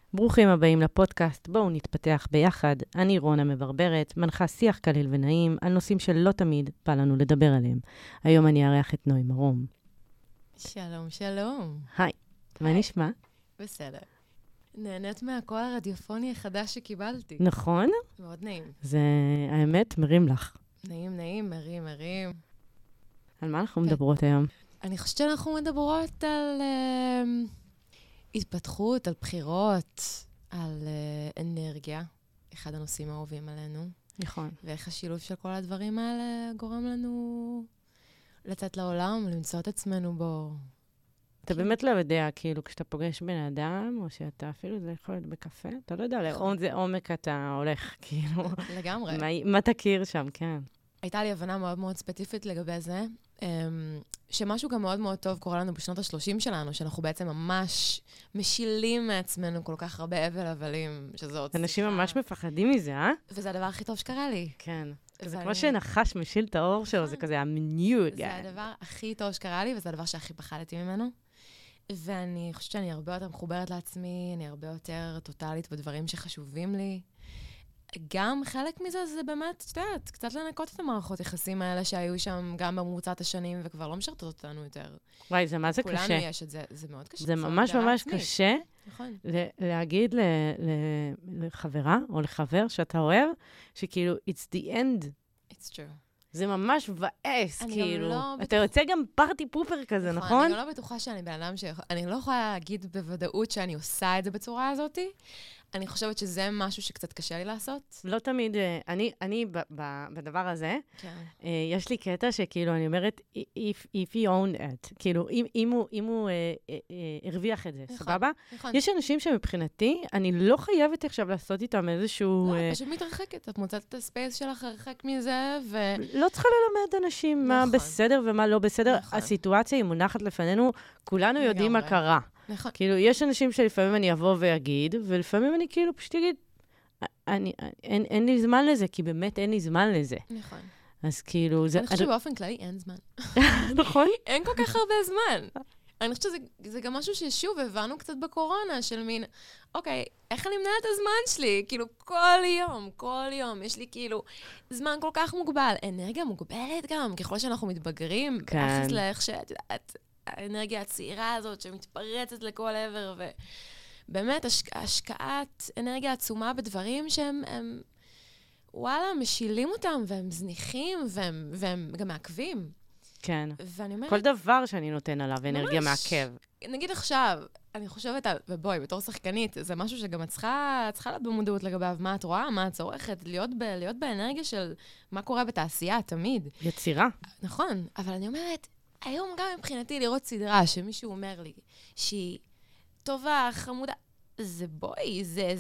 ברוכים הבאים לפודקאסט, בואו נתפתח ביחד. אני רונה מברברת, מנחה שיח קליל ונעים על נושאים שלא תמיד בא לנו לדבר עליהם. היום אני אארח את נוי מרום. שלום, שלום. היי, מה נשמע? בסדר. נהנית מהקול הרדיופוני החדש שקיבלתי. נכון? מאוד נעים. זה האמת, מרים לך. נעים, מרים. על מה אנחנו מדברות היום? אני חושבת שאנחנו מדברות על התפתחות, על בחירות, על אנרגיה. אחד הנושאים האהובים עלינו. נכון. ואיך השילוב של כל הדברים האלה גורם לנו לצאת לעולם, למצוא את עצמנו בו. אתה באמת לא יודע, כאילו, כשאתה פוגש בן אדם, או שאתה אפילו, זה יכול להיות בקפה, אתה לא יודע לאיזה עומק אתה הולך, כאילו. לגמרי. מה תכיר שם, כן. הייתה לי הבנה מאוד מאוד ספציפית לגבי זה, שמשהו גם מאוד מאוד טוב קורה לנו בשנות ה-30 שלנו, שאנחנו בעצם ממש משילים מעצמנו כל כך הרבה אבל שזה עוד... אנשים ממש מפחדים מזה, אה? וזה הדבר הכי טוב שקרה לי. כן. זה כמו שנחש משיל את האור שלו, זה כזה המניוג. זה הדבר הכי טוב שקרה לי, וזה הדבר שהכי פחדתי ממנו. ואני חושבת שאני הרבה יותר מחוברת לעצמי, אני הרבה יותר טוטלית בדברים שחשובים לי. גם חלק מזה זה באמת, את יודעת, קצת לנקות את המערכות יחסים האלה שהיו שם גם בממוצעת השנים, וכבר לא משרתות אותנו יותר. וואי, זה מה זה קשה. כולנו יש את זה, זה מאוד קשה. זה ממש ממש קשה נכון. להגיד לחברה או לחבר שאתה אוהב, שכאילו, it's the end. It's true. זה ממש מבאס, כאילו. לא אתה יוצא גם פארטי פופר כזה, נכון? אני לא בטוחה שאני בן אדם אני לא יכולה להגיד בוודאות שאני עושה את זה בצורה הזאת. אני חושבת שזה משהו שקצת קשה לי לעשות. לא תמיד, אני בדבר הזה, כן. יש לי קטע שכאילו, אני אומרת, if he owned it, כאילו, אם הוא הרוויח את זה, סבבה? נכון. יש אנשים שמבחינתי, אני לא חייבת עכשיו לעשות איתם איזשהו... לא, פשוט מתרחקת. את מוצאת את הספייס שלך הרחק מזה, לא צריכה ללמד אנשים מה בסדר ומה לא בסדר. הסיטואציה היא מונחת לפנינו, כולנו יודעים מה קרה. נכון. כאילו, יש אנשים שלפעמים אני אבוא ואגיד, ולפעמים אני כאילו פשוט אגיד, אין לי זמן לזה, כי באמת אין לי זמן לזה. נכון. אז כאילו... אני חושבת שבאופן כללי אין זמן. נכון? אין כל כך הרבה זמן. אני חושבת שזה גם משהו ששוב הבנו קצת בקורונה, של מין, אוקיי, איך אני מנהלת את הזמן שלי? כאילו, כל יום, יש לי כאילו זמן כל כך מוגבל. אנרגיה מוגבלת גם, ככל שאנחנו מתבגרים, ביחס לאיך שאת יודעת, האנרגיה הצעירה הזאת שמתפרצת לכל עבר, ובאמת, השקעת אנרגיה עצומה בדברים שהם, וואלה, משילים אותם, והם זניחים, והם גם מעכבים. כן. ואני אומרת... כל דבר שאני נותן עליו אנרגיה מעכב. נגיד עכשיו, אני חושבת על, ובואי, בתור שחקנית, זה משהו שגם את צריכה להיות במודעות לגביו, מה את רואה, מה את צורכת, להיות באנרגיה של מה קורה בתעשייה, תמיד. יצירה. נכון, אבל אני אומרת, היום גם מבחינתי לראות סדרה שמישהו אומר לי שהיא טובה, חמודה, זה בואי, זה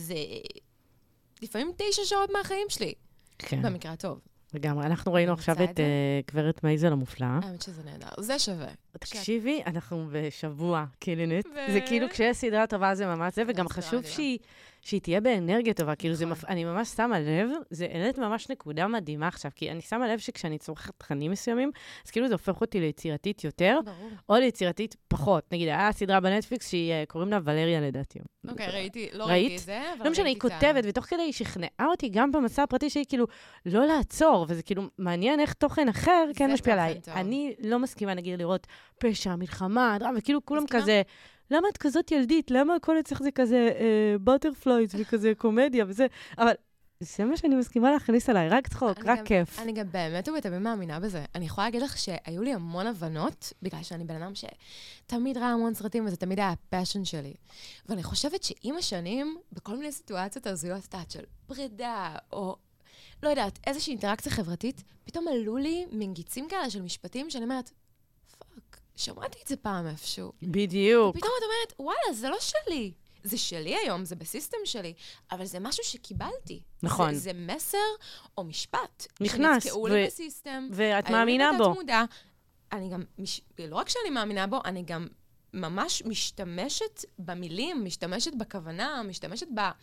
לפעמים 9 שעות מהחיים שלי. כן. במקרה הטוב. לגמרי, אנחנו ראינו עכשיו את גברת מייזל המופלאה. האמת שזה נהדר, זה שווה. תקשיבי, אנחנו בשבוע קילינית. זה כאילו כשיש סדרה טובה זה ממש זה, וגם חשוב שהיא תהיה באנרגיה טובה. כאילו אני ממש שמה לב, זה העלית ממש נקודה מדהימה עכשיו, כי אני שמה לב שכשאני צורכת תכנים מסוימים, אז כאילו זה הופך אותי ליצירתית יותר, או ליצירתית פחות. נגיד, היה סדרה בנטפליקס שהיא קוראים לה ולריה לדעתי. אוקיי, לא ראיתי את זה, אבל לא משנה, היא כותבת, ותוך כדי היא שכנעה אותי גם במסע הפרטי שהיא כאילו לא לעצור, וזה כאילו מעניין איך תוכן אחר כן משפיע עליי. אני לא מסכימה, נגיד, לראות פשע, מלחמה, דרמה, וכאילו כולם כזה, למה את כזאת ילדית? למה הכל אצלך זה כזה בוטרפלויז וכזה קומדיה וזה? אבל זה מה שאני מסכימה להכניס עליי, רק צחוק, רק כיף. אני גם באמת ובתמיד מאמינה בזה. אני יכולה להגיד לך שהיו לי המון הבנות, בגלל שאני בן אדם שתמיד ראה המון סרטים, וזה תמיד היה הפשן שלי. ואני חושבת שעם השנים, בכל מיני סיטואציות הזויות של פרידה, או לא יודעת, איזושהי אינטראקציה חברתית, פתאום עלו לי מנגיצים כאלה של משפטים שאני אומרת, פאק, שמעתי את זה פעם איפשהו. בדיוק. ופתאום את אומרת, וואלה, זה לא שלי. זה שלי היום, זה בסיסטם שלי, אבל זה משהו שקיבלתי. נכון. זה מסר או משפט. נכנס. שנתקעו לי בסיסטם. ואת מאמינה בו. אני גם, לא רק שאני מאמינה בו, אני גם ממש משתמשת במילים, משתמשת בכוונה, משתמשת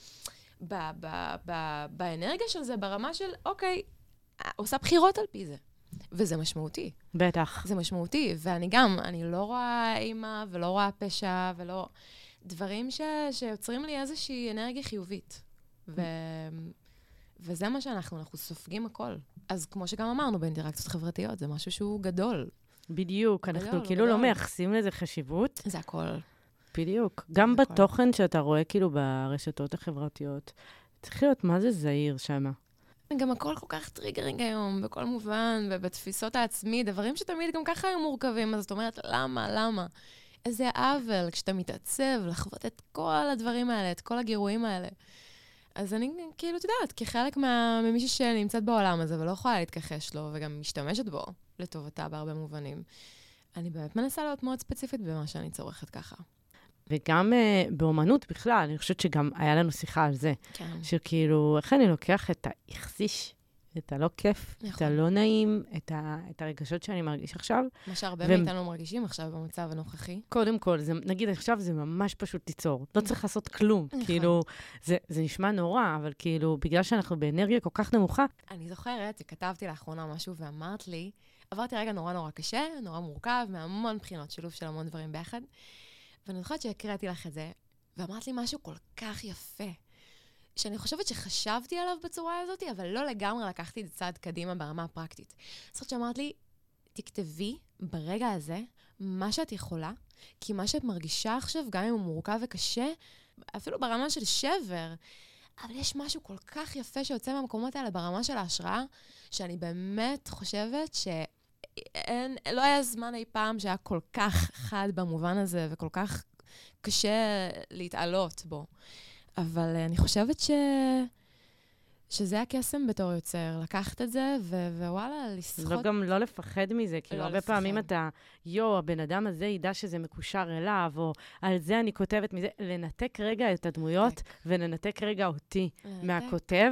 באנרגיה של זה, ברמה של, אוקיי, עושה בחירות על פי זה. וזה משמעותי. בטח. זה משמעותי, ואני גם, אני לא רואה אימא ולא רואה פשע ולא... דברים שיוצרים לי איזושהי אנרגיה חיובית. וזה מה אנחנו סופגים הכל. אז כמו שגם אמרנו, באינטראקציות חברתיות, זה משהו שהוא גדול. בדיוק, אנחנו כאילו לא מייחסים לזה חשיבות. זה הכל. בדיוק. גם בתוכן שאתה רואה כאילו ברשתות החברתיות, צריך להיות מה זה זהיר שמה. גם הכל כל כך טריגרינג היום, בכל מובן, ובתפיסות העצמי, דברים שתמיד גם ככה היו מורכבים, אז זאת אומרת, למה? איזה עוול, כשאתה מתעצב, לחוות את כל הדברים האלה, את כל הגירויים האלה. אז אני כאילו, תדעת, כחלק ממישהי שנמצאת בעולם הזה, ולא יכולה להתכחש לו, וגם משתמשת בו לטובתה בהרבה מובנים, אני באמת מנסה להיות מאוד ספציפית במה שאני צורכת ככה. וגם באומנות בכלל, אני חושבת שגם היה לנו שיחה על זה. כן. שכאילו, איך אני לוקח את היחסיש, את הלא כיף, את הלא נעים, את הרגשות שאני מרגיש עכשיו. מה שהרבה מאיתנו מרגישים עכשיו במצב הנוכחי. קודם כל, נגיד עכשיו זה ממש פשוט ליצור. לא צריך לעשות כלום. כאילו, זה נשמע נורא, אבל כאילו, בגלל שאנחנו באנרגיה כל כך נמוכה. אני זוכרת, כתבתי לאחרונה משהו ואמרת לי, עברתי רגע נורא קשה, נורא מורכב, מהמון בחינות, שילוב של המון דברים ביחד. ואני זוכרת שהקראתי לך את זה, ואמרת לי משהו כל כך יפה, שאני חושבת שחשבתי עליו בצורה הזאת, אבל לא לגמרי לקחתי את צעד קדימה ברמה הפרקטית. זאת שאמרת לי, תכתבי ברגע הזה מה שאת יכולה, כי מה שאת מרגישה עכשיו, גם אם הוא מורכב וקשה, אפילו ברמה של שבר, אבל יש משהו כל כך יפה שיוצא מהמקומות האלה ברמה של ההשראה, שאני באמת חושבת לא היה זמן אי פעם שהיה כל כך חד במובן הזה, וכל כך קשה להתעלות בו. אבל אני חושבת שזה הקסם בתור יוצר, לקחת את זה, ווואלה, לשחות. לא גם לא לפחד מזה, כאילו הרבה פעמים אתה, הבן אדם הזה ידע שזה מקושר אליו, או על זה אני כותבת מזה, לנתק רגע את הדמויות, ולנתק רגע אותי מהכותב,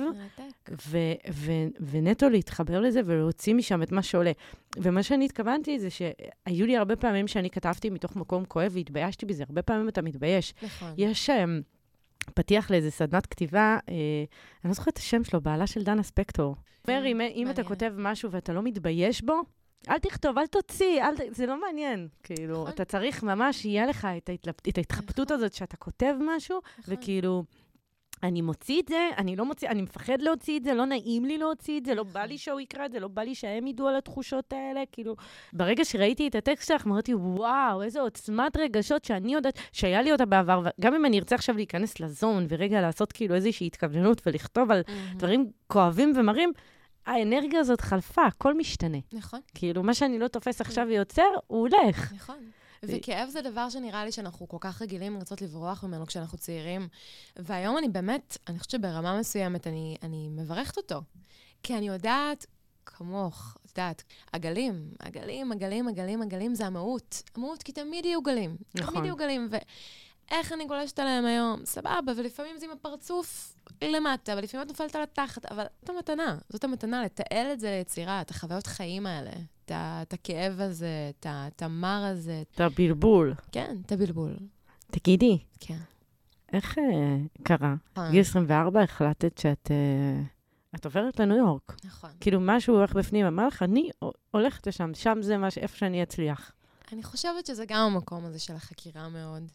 ונטו להתחבר לזה, ולהוציא משם את מה שעולה. ומה שאני התכוונתי זה שהיו לי הרבה פעמים שאני כתבתי מתוך מקום כואב, והתביישתי בזה, הרבה פעמים אתה מתבייש. נכון. יש פתיח לאיזה סדנת כתיבה, אני לא זוכרת את השם שלו, בעלה של דנה ספקטור. אומר, אם אתה כותב משהו ואתה לא מתבייש בו, אל תכתוב, אל תוציא, זה לא מעניין. כאילו, אתה צריך ממש, יהיה לך את ההתחבטות הזאת שאתה כותב משהו, וכאילו, אני מוציא את זה, אני לא מוציא, אני מפחד להוציא את זה, לא נעים לי להוציא את זה, לא בא לי שהוא יקרא את זה, לא בא לי שהם ידעו על התחושות האלה, כאילו, ברגע שראיתי את הטקסט שלך, אמרתי, וואו, איזו עוצמת רגשות שאני יודעת, שהיה לי אותה בעבר, וגם אם אני ארצה עכשיו להיכנס לזון, ורגע לעשות כאילו איזושהי התכווננות, ולכתוב על דברים כואבים ומרים, האנרגיה הזאת חלפה, הכל משתנה. נכון. כאילו, מה שאני לא תופס עכשיו ויוצר, הוא הולך. נכון. וכאב זה דבר שנראה לי שאנחנו כל כך רגילים לרצות לברוח ממנו כשאנחנו צעירים. והיום אני באמת, אני חושבת שברמה מסוימת אני מברכת אותו. כי אני יודעת, כמוך, יודעת, עגלים זה המהות. המהות, כי תמיד יהיו גלים. נכון. תמיד יהיו גלים. ואיך אני גולשת עליהם היום? סבבה, ולפעמים זה עם הפרצוף למטה, ולפעמים את נופלת על התחת, אבל זאת המתנה, לתעל את זה ליצירה, את החוויות חיים האלה. את הכאב הזה, את המר הזה. את הבלבול. כן, את הבלבול. תגידי. כן. איך קרה? גיל 24 החלטת שאת עוברת לניו יורק. נכון. כאילו משהו הולך בפנים, אמר לך, אני הולכת לשם, שם זה איפה שאני אצליח. אני חושבת שזה גם המקום הזה של החקירה מאוד.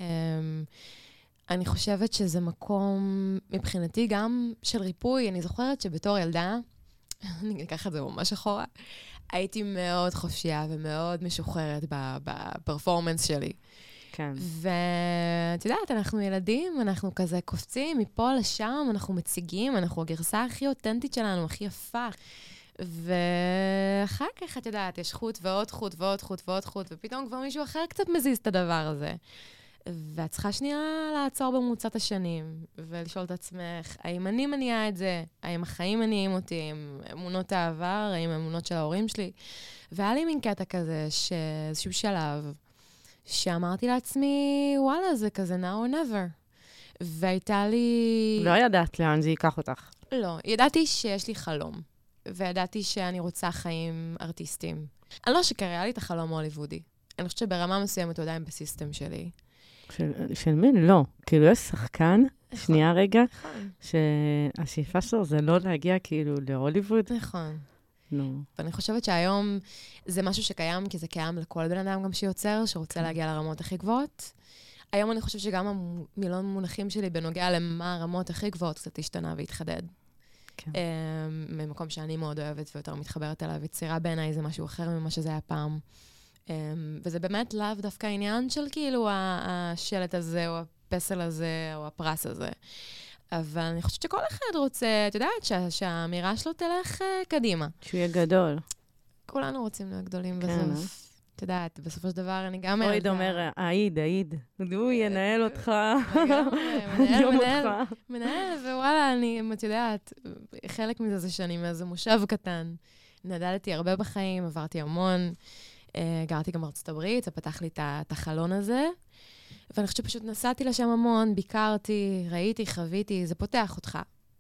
אני חושבת שזה מקום, מבחינתי גם של ריפוי. אני זוכרת שבתור ילדה, אני אקח את זה ממש אחורה, הייתי מאוד חופשייה ומאוד משוחררת בפרפורמנס שלי. כן. ואת יודעת, אנחנו ילדים, אנחנו כזה קופצים מפה לשם, אנחנו מציגים, אנחנו הגרסה הכי אותנטית שלנו, הכי יפה. ואחר כך, את יודעת, יש חוט ועוד חוט ועוד חוט ועוד חוט, ופתאום כבר מישהו אחר קצת מזיז את הדבר הזה. ואת צריכה שנייה לעצור בממוצת השנים, ולשאול את עצמך, האם אני מניעה את זה? האם החיים מניעים אותי? האם אמונות העבר? האם אמונות של ההורים שלי? והיה לי מין קטע כזה, איזשהו שלב, שאמרתי לעצמי, וואלה, זה כזה now or never. והייתה לי... לא ידעת לאן זה ייקח אותך. לא, ידעתי שיש לי חלום, וידעתי שאני רוצה חיים ארטיסטיים. אני לא שקרה, היה לי את החלום ההוליוודי. אני חושבת שברמה מסוימת הוא עדיין בסיסטם שלי. של מי? לא. כאילו יש שחקן, שנייה רגע, שהשאיפה שלו זה לא להגיע כאילו להוליווד. נכון. נו. ואני חושבת שהיום זה משהו שקיים, כי זה קיים לכל בן אדם גם שיוצר, שרוצה להגיע לרמות הכי גבוהות. היום אני חושבת שגם המילון מונחים שלי בנוגע למה הרמות הכי גבוהות קצת השתנה והתחדד. כן. ממקום שאני מאוד אוהבת ויותר מתחברת אליו. יצירה בעיניי זה משהו אחר ממה שזה היה פעם. וזה באמת לאו דווקא העניין של כאילו השלט הזה, או הפסל הזה, או הפרס הזה. אבל אני חושבת שכל אחד רוצה, את יודעת, שהאמירה שלו תלך קדימה. שהוא יהיה גדול. כולנו רוצים להיות גדולים בסוף. את יודעת, בסופו של דבר אני גם... אויד אומר, העיד. הוא ינהל אותך. מנהל, ווואלה, את יודעת, חלק מזה זה שאני מאיזה מושב קטן. נדלתי הרבה בחיים, עברתי המון. גרתי גם בארצות הברית, זה פתח לי את החלון הזה. ואני חושבת שפשוט נסעתי לשם המון, ביקרתי, ראיתי, חוויתי, זה פותח אותך.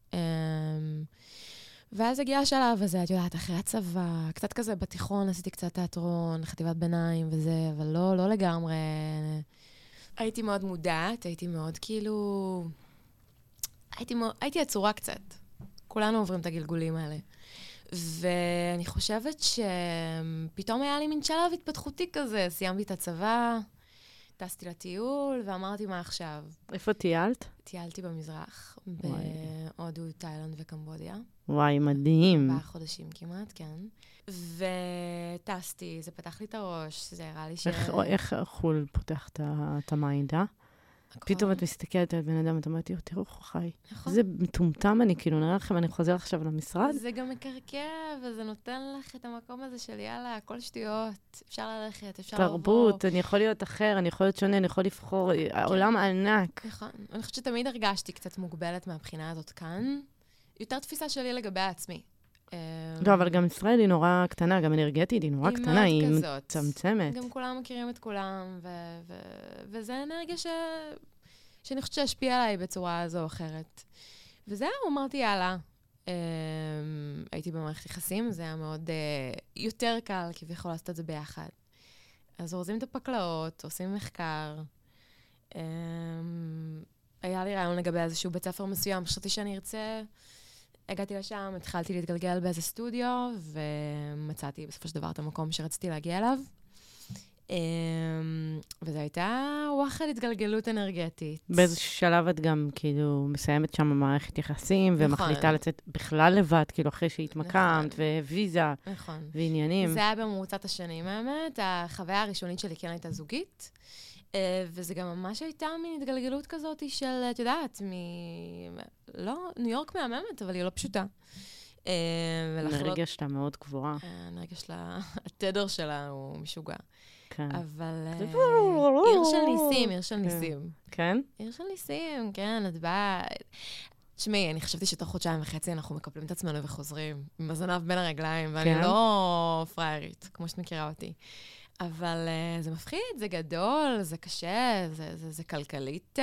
ואז הגיע השלב הזה, את יודעת, אחרי הצבא, קצת כזה בתיכון, עשיתי קצת תיאטרון, חטיבת ביניים וזה, אבל לא לגמרי. הייתי מאוד מודעת, הייתי מאוד כאילו... הייתי עצורה קצת. כולנו עוברים את הגלגולים האלה. ואני חושבת שפתאום היה לי מין שלב התפתחותי כזה. סיימתי את הצבא, טסתי לטיול, ואמרתי מה עכשיו. איפה טיילת? טיילתי במזרח, בהודו, תאילנד וקמבודיה. וואי, מדהים. 4 חודשים כמעט, כן. וטסתי, זה פתח לי את הראש, זה הראה לי איך חול פותח את המיינד, אה? פתאום את מסתכלת על בן אדם, את אומרת, תראו, חי. זה מטומטם, אני כאילו נראה לכם, אני חוזר עכשיו למשרד. זה גם מקרקע, וזה נותן לך את המקום הזה של יאללה, הכל שטויות, אפשר ללכת, אפשר לעבור. תרבות, אני יכול להיות אחר, אני יכול להיות שונה, אני יכול לבחור, העולם ענק. נכון. אני חושבת שתמיד הרגשתי קצת מוגבלת מהבחינה הזאת כאן. יותר תפיסה שלי לגבי עצמי. לא, אבל גם ישראל היא נורא קטנה, גם אנרגטית היא נורא קטנה, היא מצמצמת. גם כולם מכירים את כולם, וזה אנרגיה שאני חושבת שהשפיעה עליי בצורה זו או אחרת. וזהו, אמרתי, יאללה. הייתי במערכת יחסים, זה היה מאוד יותר קל, כביכול לעשות את זה ביחד. אז אורזים את הפקלאות, עושים מחקר. היה לי רעיון לגבי איזשהו בית ספר מסוים, חשבתי שאני ארצה... הגעתי לשם, התחלתי להתגלגל באיזה סטודיו, ומצאתי בסופו של דבר את המקום שרציתי להגיע אליו. וזו הייתה וואחד התגלגלות אנרגטית. באיזה שלב את גם כאילו מסיימת שם מערכת יחסים, ומחליטה לצאת בכלל לבד, כאילו אחרי שהתמקמת, וויזה, ועניינים. זה היה במרוצת השנים, האמת. החוויה הראשונית שלי כן הייתה זוגית, וזה גם ממש הייתה מין התגלגלות כזאת של, את יודעת, לא, ניו יורק מהממת, אבל היא לא פשוטה. האנרגיה שלה מאוד גבוהה. האנרגיה שלה, התדר שלה הוא משוגע. כן. אבל עיר של ניסים, עיר של ניסים. כן? עיר של ניסים, כן, את באה... תשמעי, אני חשבתי שתוך 2.5 אנחנו מקפלים את עצמנו וחוזרים, עם הזנב בין הרגליים, ואני לא פריירית, כמו שאת מכירה אותי. אבל זה מפחיד, זה גדול, זה קשה, זה כלכלית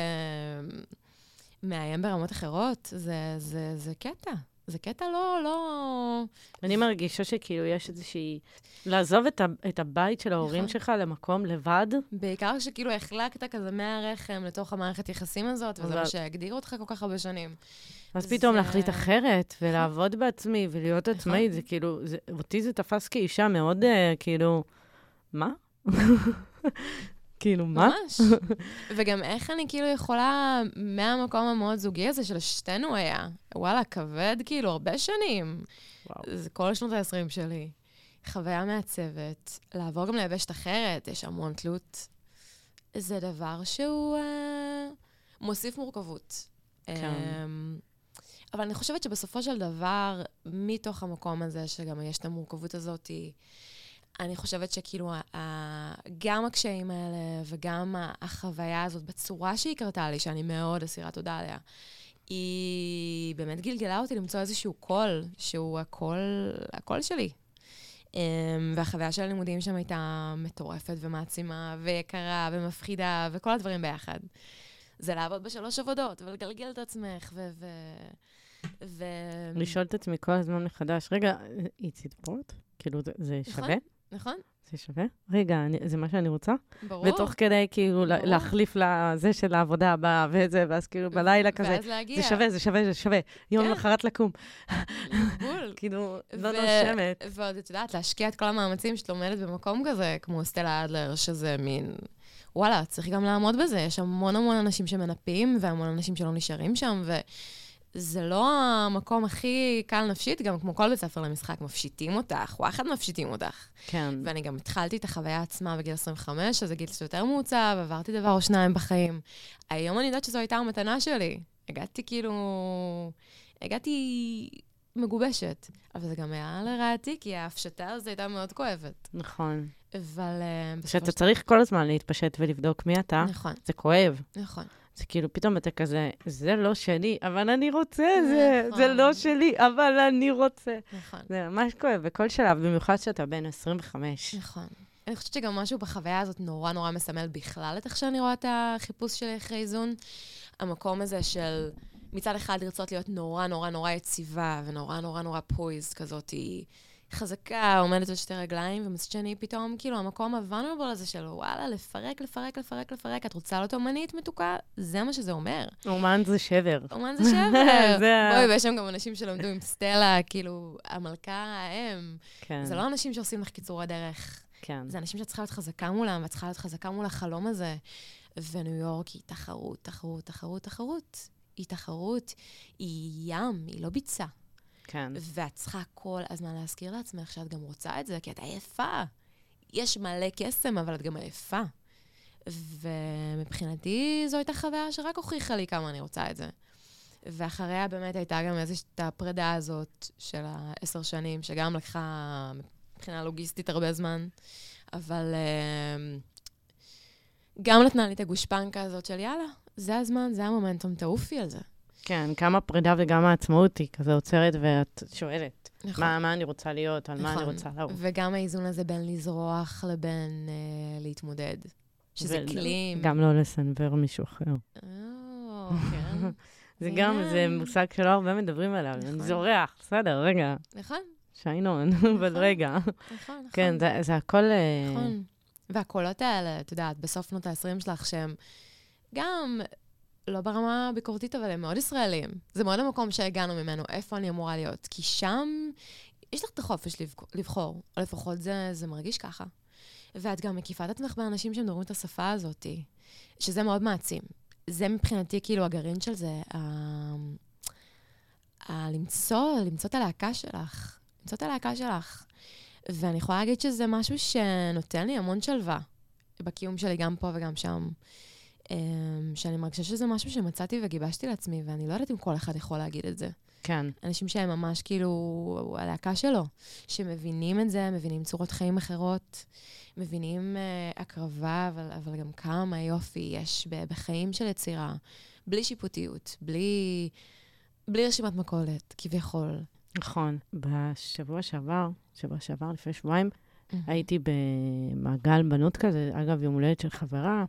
מאיים ברמות אחרות, זה קטע. זה קטע לא... אני מרגישה שכאילו יש איזושהי... לעזוב את הבית של ההורים שלך למקום לבד. בעיקר שכאילו החלקת כזה מהרחם לתוך המערכת יחסים הזאת, וזה מה שהגדיר אותך כל כך הרבה שנים. אז פתאום להחליט אחרת, ולעבוד בעצמי, ולהיות עצמאית, זה כאילו... אותי זה תפס כאישה מאוד כאילו... מה? כאילו, מה? ממש. וגם איך אני כאילו יכולה, מהמקום המאוד זוגי הזה של שתינו היה, וואלה, כבד כאילו הרבה שנים. זה כל שנות ה-20 שלי. חוויה מעצבת, לעבור גם ליבשת אחרת, יש המון תלות. זה דבר שהוא מוסיף מורכבות. כן. אבל אני חושבת שבסופו של דבר, מתוך המקום הזה, שגם יש את המורכבות הזאת, אני חושבת שכאילו גם הקשיים האלה וגם החוויה הזאת בצורה שהיא קרתה לי, שאני מאוד אסירת תודה עליה, היא באמת גלגלה אותי למצוא איזשהו קול, שהוא הקול שלי. והחוויה של הלימודים שם הייתה מטורפת ומעצימה ויקרה ומפחידה וכל הדברים ביחד. זה לעבוד ב3 עבודות ולגלגל את עצמך לשאול את עצמי כל הזמן מחדש, רגע, it's it worth? כאילו זה שווה? נכון. זה שווה? רגע, זה מה שאני רוצה? ברור. ותוך כדי כאילו להחליף לזה של העבודה הבאה וזה, ואז כאילו בלילה כזה. ואז להגיע. זה שווה. יום למחרת לקום. בול. כאילו, לא נושמת. ועוד, את יודעת, להשקיע את כל המאמצים שאת לומדת במקום כזה, כמו סטלה אדלר, שזה מין וואלה, צריך גם לעמוד בזה. יש המון המון אנשים שמנפים, והמון אנשים שלא נשארים שם, וזה לא המקום הכי קל נפשית, גם כמו כל בית ספר למשחק, מפשיטים אותך, וואחד מפשיטים אותך. כן. ואני גם התחלתי את החוויה עצמה בגיל 25, אז זה גיל יותר מעוצב, עברתי דבר או שניים בחיים. היום אני יודעת שזו הייתה המתנה שלי. הגעתי מגובשת, אבל זה גם היה לרעתי, כי ההפשטה הזו הייתה מאוד כואבת. נכון. אבל... שאתה צריך כל הזמן להתפשט ולבדוק מי אתה. נכון. זה כואב. נכון. זה כאילו פתאום אתה כזה, זה לא שלי, אבל אני רוצה זה. זה לא שלי, אבל אני רוצה. נכון. זה ממש כואב בכל שלב, במיוחד שאתה בן 25. נכון. אני חושבת שגם משהו בחוויה הזאת נורא נורא מסמל בכלל את איך שאני רואה את החיפוש שלי אחרי איזון. המקום הזה של מצד אחד לרצות להיות נורא נורא נורא יציבה, ונורא נורא נורא פויז כזאת, היא חזקה, עומדת על שתי רגליים, ומצד שני פתאום, כאילו, המקום הוונרבול הזה של, וואלה, לפרק, לפרק, לפרק, לפרק, את רוצה להיות אומנית מתוקה? זה מה שזה אומר. אומן זה שבר. אומן זה שבר. בואי, ויש שם גם אנשים שלמדו עם סטלה, כאילו, המלכה, האם. זה לא אנשים שעושים לך קיצור הדרך. כן. זה אנשים שצריכה להיות חזקה מולם, ואת צריכה להיות חזקה מול החלום הזה. וניו יורק היא תחרות, תחרות, תחרות, תחרות. היא תחרות, היא ים, היא לא ביצה. כן. ואת צריכה כל הזמן להזכיר לעצמך שאת גם רוצה את זה, כי את עייפה. יש מלא קסם, אבל את גם עייפה. ומבחינתי זו הייתה חוויה שרק הוכיחה לי כמה אני רוצה את זה. ואחריה באמת הייתה גם איזושהי הפרידה הזאת של 10 שנים, שגם לקחה מבחינה לוגיסטית הרבה זמן, אבל גם נתנה לי את הגושפנקה הזאת של יאללה, זה הזמן, זה המומנטום, תעופי על זה. כן, כמה פרידה וגם העצמאות היא כזה עוצרת ואת שואלת. נכון. מה אני רוצה להיות, על מה אני רוצה לעוף. וגם האיזון הזה בין לזרוח לבין להתמודד. שזה כלים. גם לא לסנבר מישהו אחר. כן. זה גם, זה מושג שלא הרבה מדברים עליו. אני זורח, בסדר, רגע. נכון. שיינון, אבל רגע. נכון. כן, זה הכל... נכון. והקולות האלה, את יודעת, בסוף שנות ה-20 שלך, שהם גם... לא ברמה ביקורתית, אבל הם מאוד ישראלים. זה מאוד המקום שהגענו ממנו, איפה אני אמורה להיות. כי שם יש לך את החופש לבחור, או לפחות זה מרגיש ככה. ואת גם מקיפה את עצמך באנשים שמדברים את השפה הזאת, שזה מאוד מעצים. זה מבחינתי כאילו הגרעין של זה, למצוא את הלהקה שלך. למצוא את הלהקה שלך. ואני יכולה להגיד שזה משהו שנותן לי המון שלווה, בקיום שלי גם פה וגם שם. שאני מרגישה שזה משהו שמצאתי וגיבשתי לעצמי, ואני לא יודעת אם כל אחד יכול להגיד את זה. כן. אנשים שהם ממש כאילו הלהקה שלו, שמבינים את זה, מבינים צורות חיים אחרות, מבינים הקרבה, אבל גם כמה יופי יש בחיים של יצירה, בלי שיפוטיות, בלי רשימת מכולת, כביכול. נכון. בשבוע שעבר, לפני שבועיים, הייתי במעגל בנות כזה, אגב, יום הולדת של חברה,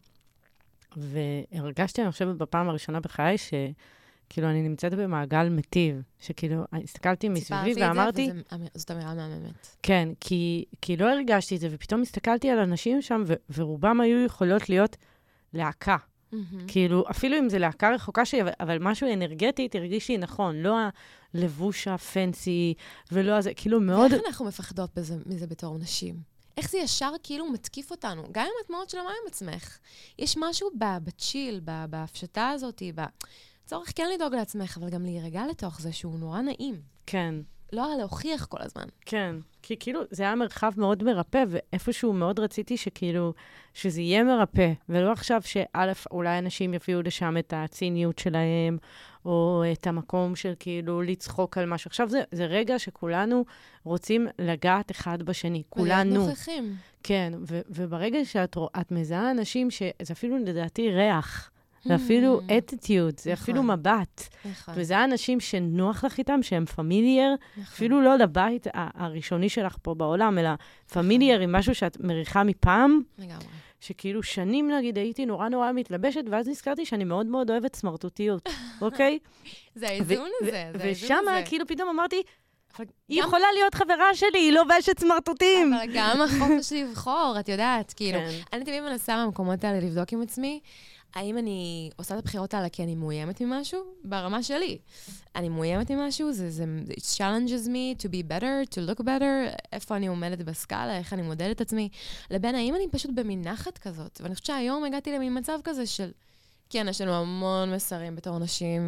והרגשתי, אני חושבת, בפעם הראשונה בחיי, שכאילו אני נמצאת במעגל מטיב, שכאילו, הסתכלתי מסביבי ואמרתי... זאת אמירה מהממת. כן, כי לא הרגשתי את זה, ופתאום הסתכלתי על אנשים שם, ורובם היו יכולות להיות להקה. כאילו, אפילו אם זה להקה רחוקה שלי, אבל משהו אנרגטית הרגיש לי נכון, לא הלבוש הפנסי, ולא הזה, כאילו מאוד... ואיך אנחנו מפחדות מזה בתור נשים? איך זה ישר כאילו מתקיף אותנו? גם אם את מאוד שלמה עם עצמך. יש משהו בצ'יל, בהפשטה הזאת, צורך כן לדאוג לעצמך, אבל גם להירגע לתוך זה שהוא נורא נעים. כן. לא להוכיח כל הזמן. כן. כי כאילו זה היה מרחב מאוד מרפא, ואיפשהו מאוד רציתי שכאילו, שזה יהיה מרפא, ולא עכשיו שא', אולי אנשים יביאו לשם את הציניות שלהם, או את המקום של כאילו לצחוק על משהו. עכשיו זה רגע שכולנו רוצים לגעת אחד בשני. כולנו. ולהיות נוכחים. כן, וברגע שאת מזהה אנשים שזה אפילו לדעתי ריח, זה אפילו attitude, זה אפילו מבט. וזה אנשים שנוח לך איתם, שהם פמילייר, אפילו לא לבית הראשוני שלך פה בעולם, אלא פמילייר עם משהו שאת מריחה מפעם. לגמרי. שכאילו שנים, נגיד, הייתי נורא נורא מתלבשת, ואז נזכרתי שאני מאוד מאוד אוהבת סמרטוטיות, אוקיי? זה האיזון הזה, ושם כאילו פתאום אמרתי, היא יכולה להיות חברה שלי, היא לובשת סמרטוטים. אבל גם החופש לבחור, את יודעת, כאילו, אני תמיד מנסה במקומות האלה לבדוק עם עצמי, האם אני עושה את הבחירות האלה כי אני מאוימת ממשהו? ברמה שלי. אני מאוימת ממשהו, זה it challenges me to be better, to look better, איפה אני עומדת בסקאלה, איך אני מודדת את עצמי, לבין האם אני פשוט במין נחת כזאת. ואני חושבת שהיום הגעתי למין מצב כזה של, כן, יש לנו המון מסרים בתור נשים,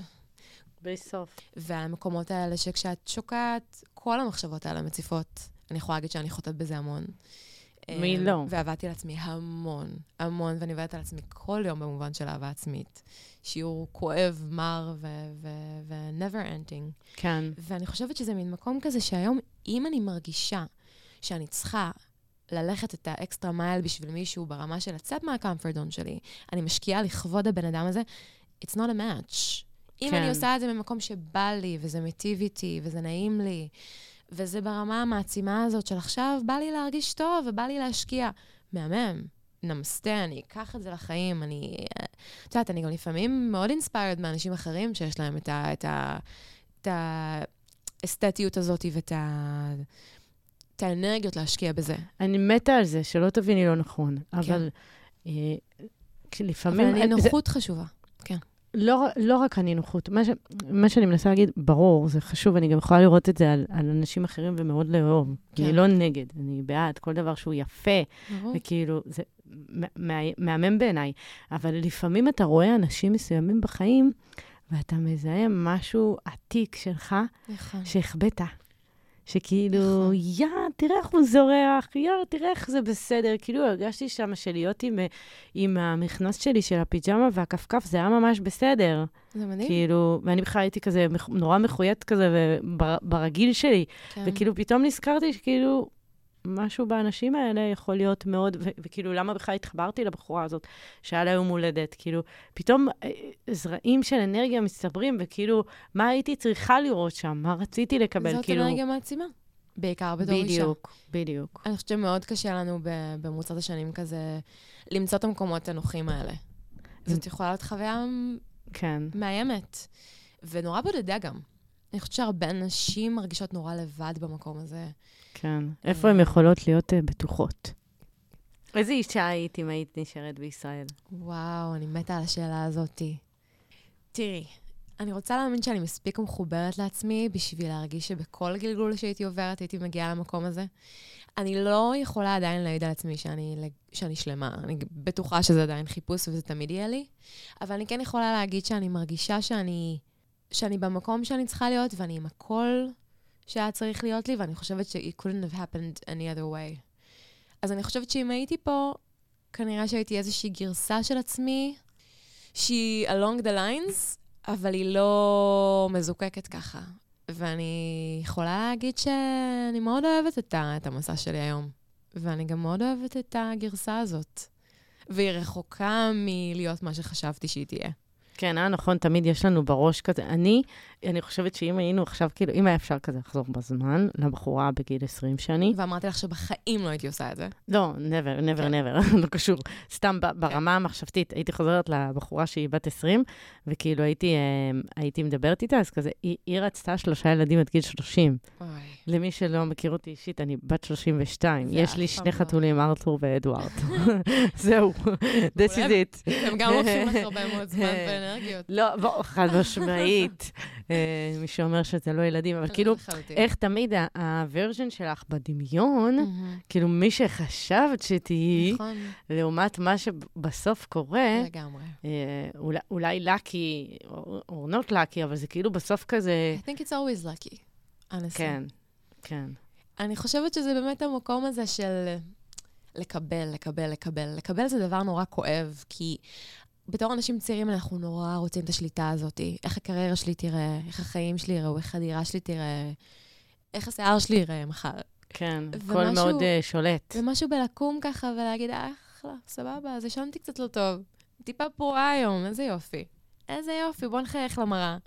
בסוף. והמקומות האלה שכשאת שוקעת, כל המחשבות האלה מציפות. אני יכולה להגיד שאני חוטאת בזה המון. מי לא? ועבדתי על עצמי המון, המון, ואני עובדת על עצמי כל יום במובן של אהבה עצמית. שיעור כואב, מר ו-never ending. כן. ואני חושבת שזה מין מקום כזה שהיום, אם אני מרגישה שאני צריכה ללכת את האקסטרה מייל בשביל מישהו ברמה של לצאת מהקומפורט-זון שלי, אני משקיעה לכבוד הבן אדם הזה, it's not a match. אם אני עושה את זה במקום שבא לי, וזה מיטיב איתי, וזה נעים לי, וזה ברמה המעצימה הזאת של עכשיו, בא לי להרגיש טוב, ובא לי להשקיע. מהמם, נמסטה, אני אקח את זה לחיים, את יודעת, אני גם לפעמים מאוד אינספיירד מאנשים אחרים, שיש להם את האסתטיות הזאת, ואת האנרגיות להשקיע בזה. אני מתה על זה, שלא תביני לא נכון, אבל לפעמים... אבל הנוחות חשובה, כן. לא רק הנינוחות. מה שאני מנסה להגיד, ברור, זה חשוב, אני גם יכולה לראות את זה על אנשים אחרים ומאוד לאהוב. כן. אני לא נגד, אני בעד, כל דבר שהוא יפה, וכאילו, זה מהמם בעיניי. אבל לפעמים אתה רואה אנשים מסוימים בחיים, ואתה מזהה משהו עתיק שלך, שהחבאת. שכאילו, תראה איך הוא זורח, תראה איך זה בסדר. כאילו, הרגשתי שם שלהיות עם המכנס שלי של הפיג'מה והכפכף, זה היה ממש בסדר. זה מדהים. כאילו, ואני בכלל הייתי כזה נורא מחויית כזה ברגיל שלי. כן. וכאילו, פתאום נזכרתי שכאילו, משהו באנשים האלה יכול להיות מאוד, וכאילו, למה בכלל התחברתי לבחורה הזאת, שהיה לה יום הולדת, כאילו, פתאום זרעים של אנרגיה מצטברים, וכאילו, מה הייתי צריכה לראות שם? מה רציתי לקבל? זאת כאילו... אנרגיה מעצימה, בעיקר בתור אישה. בדיוק. אני חושבת שמאוד קשה לנו במרוצת השנים כזה, למצוא את המקומות הנוחים האלה. זאת יכולה להיות חוויה מאיימת, ונורא בודדה גם. אני חושבת שהרבה נשים מרגישות נורא לבד במקום הזה. כן. איפה הן יכולות להיות בטוחות? איזה אישה היית אם היית נשארת בישראל? וואו, אני מתה על השאלה הזאת. תראי, אני רוצה להאמין שאני מספיק מחוברת לעצמי בשביל להרגיש שבכל גלגול שהייתי עוברת הייתי מגיעה למקום הזה. אני לא יכולה עדיין להעיד על עצמי שאני שלמה. אני בטוחה שזה עדיין חיפוש וזה תמיד יהיה לי. אבל אני כן יכולה להגיד שאני מרגישה שאני במקום שאני צריכה להיות, ואני עם הכל שהיה צריך להיות לי, ואני חושבת ש-it couldn't have happened any other way. אז אני חושבת שאם הייתי פה, כנראה שהייתי איזושהי גרסה של עצמי, שהיא along the lines, אבל היא לא מזוקקת ככה. ואני יכולה להגיד שאני מאוד אוהבת את המסע שלי היום. ואני גם מאוד אוהבת את הגרסה הזאת. והיא רחוקה מלהיות מה שחשבתי שהיא תהיה. כן, נכון, תמיד יש לנו בראש כזה. אני חושבת שאם היינו עכשיו, כאילו, אם היה אפשר כזה לחזור בזמן, לבחורה בגיל 20 שנים. ואמרתי לך שבחיים לא הייתי עושה את זה. לא, never, לא קשור. סתם ברמה המחשבתית, הייתי חוזרת לבחורה שהיא בת 20, וכאילו הייתי מדברת איתה, אז כזה, היא רצתה 3 ילדים עד גיל 30. למי שלא מכיר אותי אישית, אני בת 32. יש לי 2 חתולים, ארתור ואדוארד. זהו, this is it. הם גם לוקחים לך הרבה מאוד זמן ואנרגיות. לא, חד משמעית. מי שאומר שזה לא ילדים, אבל כאילו, איך תמיד הוורז'ן שלך בדמיון, כאילו מי שחשבת שתהיי, לעומת מה שבסוף קורה, אולי לקי, או not lucky, אבל זה כאילו בסוף כזה... I think it's always lucky, honestly. כן. אני חושבת שזה באמת המקום הזה של לקבל. לקבל זה דבר נורא כואב, כי... בתור אנשים צעירים אנחנו נורא רוצים את השליטה הזאת. איך הקריירה שלי תראה, איך החיים שלי יראו, איך הדירה שלי תראה, איך השיער שלי יראה מחר. כן, הכל מאוד שולט. ומשהו בלקום ככה ולהגיד, אחלה, סבבה, אז ישנתי קצת לא טוב. טיפה פרועה היום, איזה יופי. איזה יופי, בוא נחייך למראה.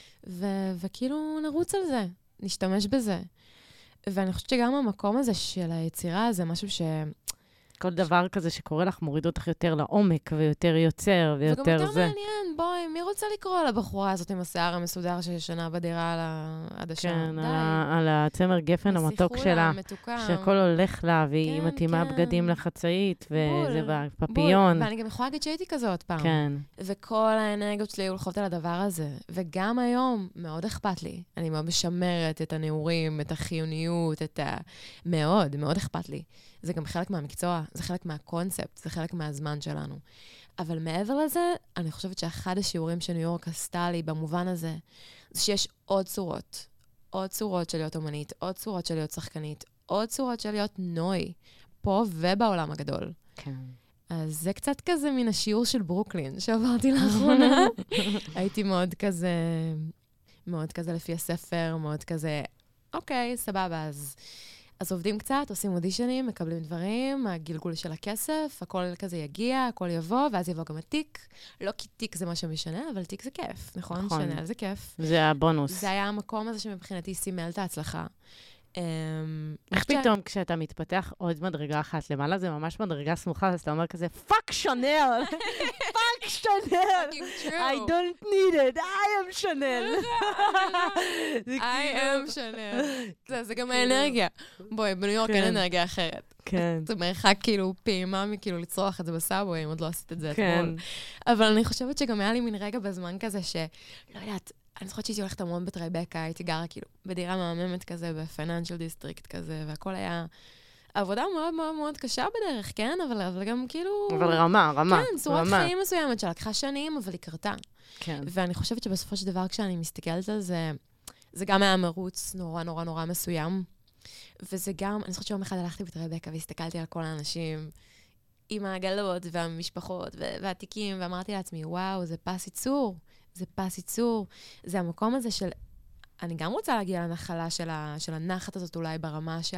וכאילו נרוץ על זה, נשתמש בזה. ואני חושבת שגם המקום הזה של היצירה זה משהו כל דבר כזה שקורה לך מוריד אותך יותר לעומק, ויותר יוצר, ויותר זה. וגם יותר מעניין, בואי, מי רוצה לקרוא לבחורה הזאת עם השיער המסודר שישנה בדירה על העדשה? כן, על הצמר גפן המתוק שלה. שהכל הולך לה, והיא מתאימה בגדים לחצאית, וזה בפפיון. ואני גם יכולה להגיד שהייתי כזאת פעם. כן. וכל האנרגיות שלי הולכות על הדבר הזה. וגם היום, מאוד אכפת לי. אני מאוד משמרת את הנעורים, את החיוניות, מאוד, מאוד אכפת לי. זה גם חלק מהמקצוע, זה חלק מהקונספט, זה חלק מהזמן שלנו. אבל מעבר לזה, אני חושבת שאחד השיעורים שניו יורק עשתה לי במובן הזה, זה שיש עוד צורות. עוד צורות של להיות אומנית, עוד צורות של להיות שחקנית, עוד צורות של להיות נוי, פה ובעולם הגדול. כן. אז זה קצת כזה מן השיעור של ברוקלין, שעברתי לאחרונה. הייתי מאוד כזה לפי הספר, מאוד כזה, אוקיי, סבבה, אז עובדים קצת, עושים אודישנים, מקבלים דברים, הגלגול של הכסף, הכל כזה יגיע, הכל יבוא, ואז יבוא גם התיק. לא כי תיק זה מה שמשנה, אבל תיק זה כיף, נכון? שנה, זה כיף. זה הבונוס. זה היה המקום הזה שמבחינתי סימל את ההצלחה. איך פתאום כשאתה מתפתח עוד מדרגה אחת למעלה, זה ממש מדרגה סמוכה, אז אתה אומר כזה, פאק שנל! פאק שנל! I don't need it, I am שנל! I am שנל. זה גם האנרגיה. בואי, בניו יורק אין אנרגיה אחרת. כן. זה מרחק כאילו פעימה מכאילו לצרוח את זה בסאבווי, אם עוד לא עשית את זה אתמול. אבל אני חושבת שגם היה לי מין רגע בזמן כזה שלא יודעת, אני זוכרת שהייתי הולכת המון בטרייבקה, הייתי גרה כאילו בדירה מהממת כזה, בפיננשל דיסטריקט כזה, והכל היה עבודה מאוד מאוד מאוד קשה בדרך, כן? אבל גם כאילו... אבל רמה. כן, צורת חיים מסוימת שלקחה שנים, אבל היא קרתה. כן. ואני חושבת שבסופו של דבר, כשאני מסתכלת על זה, זה גם היה מרוץ נורא נורא נורא מסוים, וזה גם, אני זוכרת שיום אחד הלכתי בטרייבקה והסתכלתי על כל האנשים עם העגלות והמשפחות והתיקים, ואמרתי לעצמי, וואו, זה פס ייצור. זה פס ייצור, זה המקום הזה של... אני גם רוצה להגיע לנחלה של הנחת הזאת אולי ברמה של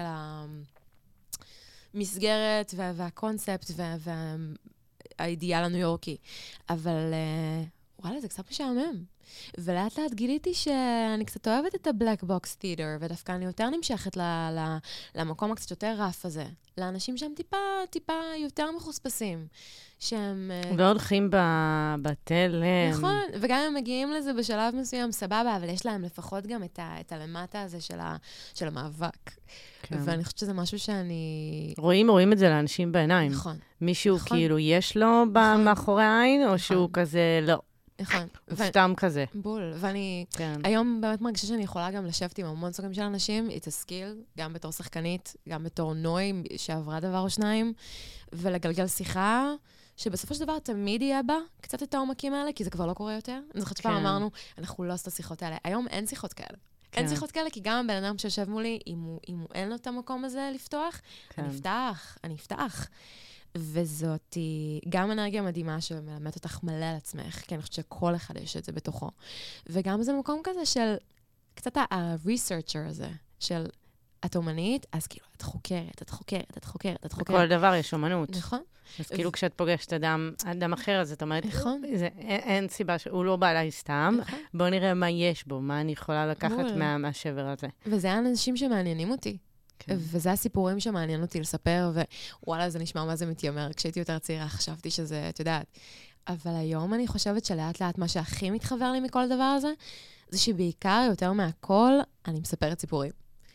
המסגרת והקונספט והאידיאל הניו יורקי. אבל וואלה, זה קצת משעמם. ולאט לאט גיליתי שאני קצת אוהבת את הבלק בוקס תיאטר, ודווקא אני יותר נמשכת למקום הקצת יותר רף הזה. לאנשים שהם טיפה יותר מחוספסים. שהם... לא הולכים בתלם. נכון, וגם הם מגיעים לזה בשלב מסוים סבבה, אבל יש להם לפחות גם את הלמטה הזה של המאבק. כן. ואני חושבת שזה משהו שאני... רואים את זה לאנשים בעיניים. נכון. מישהו כאילו יש לו מאחורי העין, או שהוא כזה לא. נכון. הוא סתם כזה. בול. ואני היום באמת מרגישה שאני יכולה גם לשבת עם המון סוגים של אנשים, את הסקיל, גם בתור שחקנית, גם בתור נוי שעברה דבר או שניים, ולגלגל שיחה, שבסופו של דבר תמיד יהיה בה קצת את העומקים האלה, כי זה כבר לא קורה יותר. אני זוכרת שפעם אמרנו, אנחנו לא עושות השיחות האלה. היום אין שיחות כאלה. אין שיחות כאלה, כי גם הבן אדם שיושב מולי, אם הוא אין לו את המקום הזה לפתוח, אני אפתח. וזאת גם אנרגיה מדהימה שמלמדת אותך מלא על עצמך, כי אני חושבת שכל אחד יש את זה בתוכו. וגם זה מקום כזה של קצת ה-researcher הזה, של את אומנית, אז כאילו, את חוקרת. בכל דבר יש אומנות. נכון. אז כאילו כשאת פוגשת אדם אחר, אז את אומרת, נכון. אין סיבה שהוא לא בא אליי סתם, בוא נראה מה יש בו, מה אני יכולה לקחת מהשבר הזה. וזה האנשים שמעניינים אותי. וזה הסיפורים שמעניין אותי לספר, ווואלה, זה נשמע מה זה מתיימר. כשהייתי יותר צעירה, חשבתי שזה, את יודעת. אבל היום אני חושבת שלאט לאט מה שהכי מתחבר לי מכל הדבר הזה, זה שבעיקר יותר מהכל, אני מספרת סיפורים.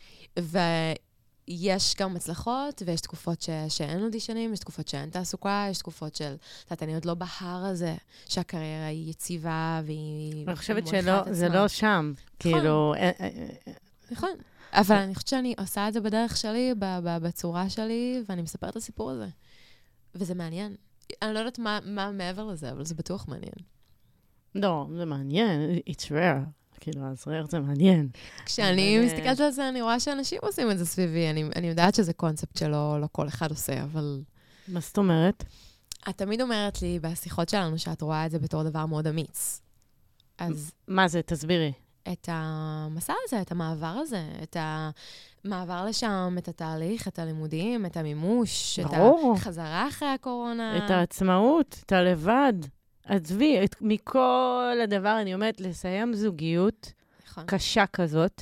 ויש גם הצלחות, ויש תקופות שאין אודישנים, יש תקופות שאין תעסוקה, יש תקופות של, אני עוד לא בהר הזה, שהקריירה היא יציבה, והיא... אני חושבת שזה לא שם. כאילו... נכון. אבל אני חושבת שאני עושה את זה בדרך שלי, בצורה שלי, ואני מספרת את הסיפור הזה. וזה מעניין. אני לא יודעת מה מעבר לזה, אבל זה בטוח מעניין. לא, זה מעניין. It's rare. כאילו, אז rare זה מעניין. כשאני מסתכלת על זה, אני רואה שאנשים עושים את זה סביבי. אני יודעת שזה קונספט שלא כל אחד עושה, אבל... מה זאת אומרת? את תמיד אומרת לי בשיחות שלנו שאת רואה את זה בתור דבר מאוד אמיץ. אז... מה זה? תסבירי. את המסע הזה, את המעבר הזה, את המעבר לשם, את התהליך, את הלימודים, את המימוש, ברור. את החזרה אחרי הקורונה. את העצמאות, את הלבד. עזבי, מכל הדבר, אני אומרת, לסיים זוגיות קשה כזאת,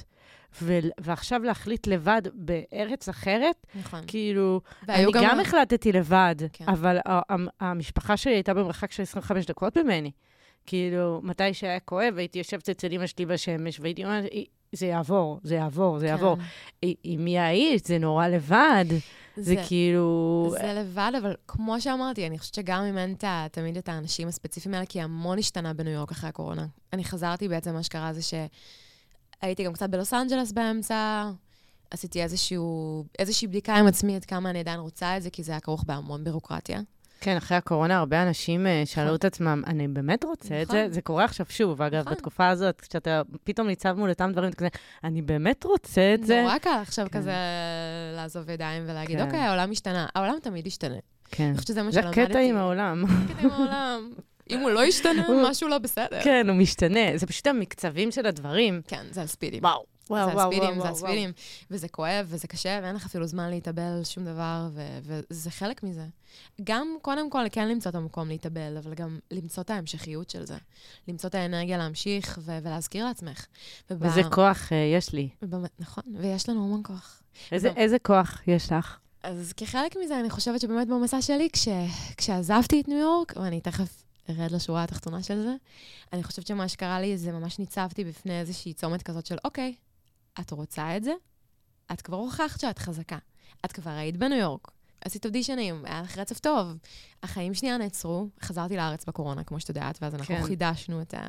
ועכשיו להחליט לבד בארץ אחרת, נכון. כאילו, אני גם החלטתי לבד, כן. אבל המשפחה שלי הייתה במרחק של 25 דקות ממני. כאילו, מתי שהיה כואב, הייתי יושבת אצל אמא שלי בשמש, והייתי אומרת, זה יעבור, זה יעבור, זה יעבור. עם מי היית? זה נורא לבד. זה כאילו... זה לבד, אבל כמו שאמרתי, אני חושבת שגם אם אין תמיד את האנשים הספציפיים האלה, כי המון השתנה בניו יורק אחרי הקורונה. אני חזרתי בעצם, מה שקרה זה שהייתי גם קצת בלוס אנג'לס באמצע, עשיתי איזושהי בדיקה עם עצמי עד כמה אני עדיין רוצה את זה, כי זה היה כרוך בהמון בירוקרטיה. כן, אחרי הקורונה הרבה אנשים שאלו את עצמם, אני באמת רוצה את זה? זה קורה עכשיו שוב, אגב, בתקופה הזאת, כשאתה פתאום ניצב מול אותם דברים, כזה, אני באמת רוצה את זה. נורא קל עכשיו כזה לעזוב ידיים ולהגיד, אוקיי, העולם השתנה. העולם תמיד ישתנה. כן. זה הקטע עם העולם. הקטע עם העולם. אם הוא לא ישתנה, משהו לא בסדר. כן, הוא משתנה. זה פשוט המקצבים של הדברים. כן, זה על ספידים. וואו. זה על ספידים, וזה כואב, וזה קשה, ואין לך אפילו זמן להתאבל שום דבר, וזה חלק מזה. גם, קודם כל, כן למצוא את המקום להתאבל, אבל גם למצוא את ההמשכיות של זה. למצוא את האנרגיה להמשיך, ולהזכיר לעצמך. וזה כוח יש לי. נכון, ויש לנו המון כוח. איזה כוח יש לך? אז כחלק מזה, אני חושבת שבאמת במסע שלי, כשעזבתי את ניו יורק, ואני תכף ארד לשורה התחתונה של זה, אני חושבת שמה שקרה לי, זה ממש ניצבתי בפני איזושהי צומת כזאת של, אוקיי, את רוצה את זה? את כבר הוכחת שאת חזקה. את כבר היית בניו יורק. עשית אודישנים, היה לך רצף טוב. החיים שנייה נעצרו, חזרתי לארץ בקורונה, כמו שאת יודעת, ואז אנחנו חידשנו את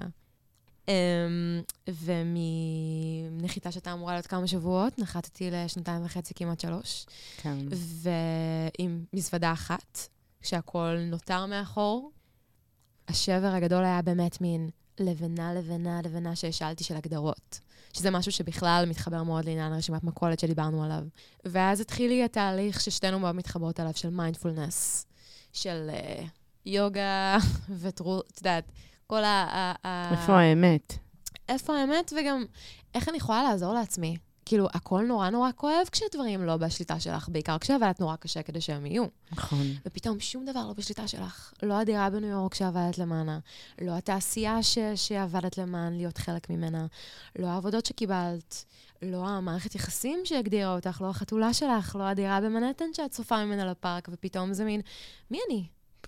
ומנחיתה שאתה אמורה להיות כמה שבועות, נחתתי לשנתיים וחצי, כמעט 3. כן. ועם מזוודה אחת, כשהכול נותר מאחור, השבר הגדול היה באמת מין לבנה שהשאלתי של הגדרות. שזה משהו שבכלל מתחבר מאוד לעניין הרשימת מכולת שדיברנו עליו. ואז התחיל לי התהליך ששתינו מאוד מתחברות עליו, של מיינדפולנס, של יוגה וטרות, את יודעת, כל איפה האמת? איפה האמת, וגם איך אני יכולה לעזור לעצמי. כאילו, הכל נורא נורא כואב כשדברים לא בשליטה שלך, בעיקר כשעבדת נורא קשה כדי שהם יהיו. נכון. ופתאום שום דבר לא בשליטה שלך. לא הדירה בניו יורק שעבדת למענה, לא התעשייה שעבדת למען להיות חלק ממנה, לא העבודות שקיבלת, לא המערכת יחסים שהגדירה אותך, לא החתולה שלך, לא הדירה במנהטן שאת צופה ממנה לפארק, ופתאום זה מין, מי אני?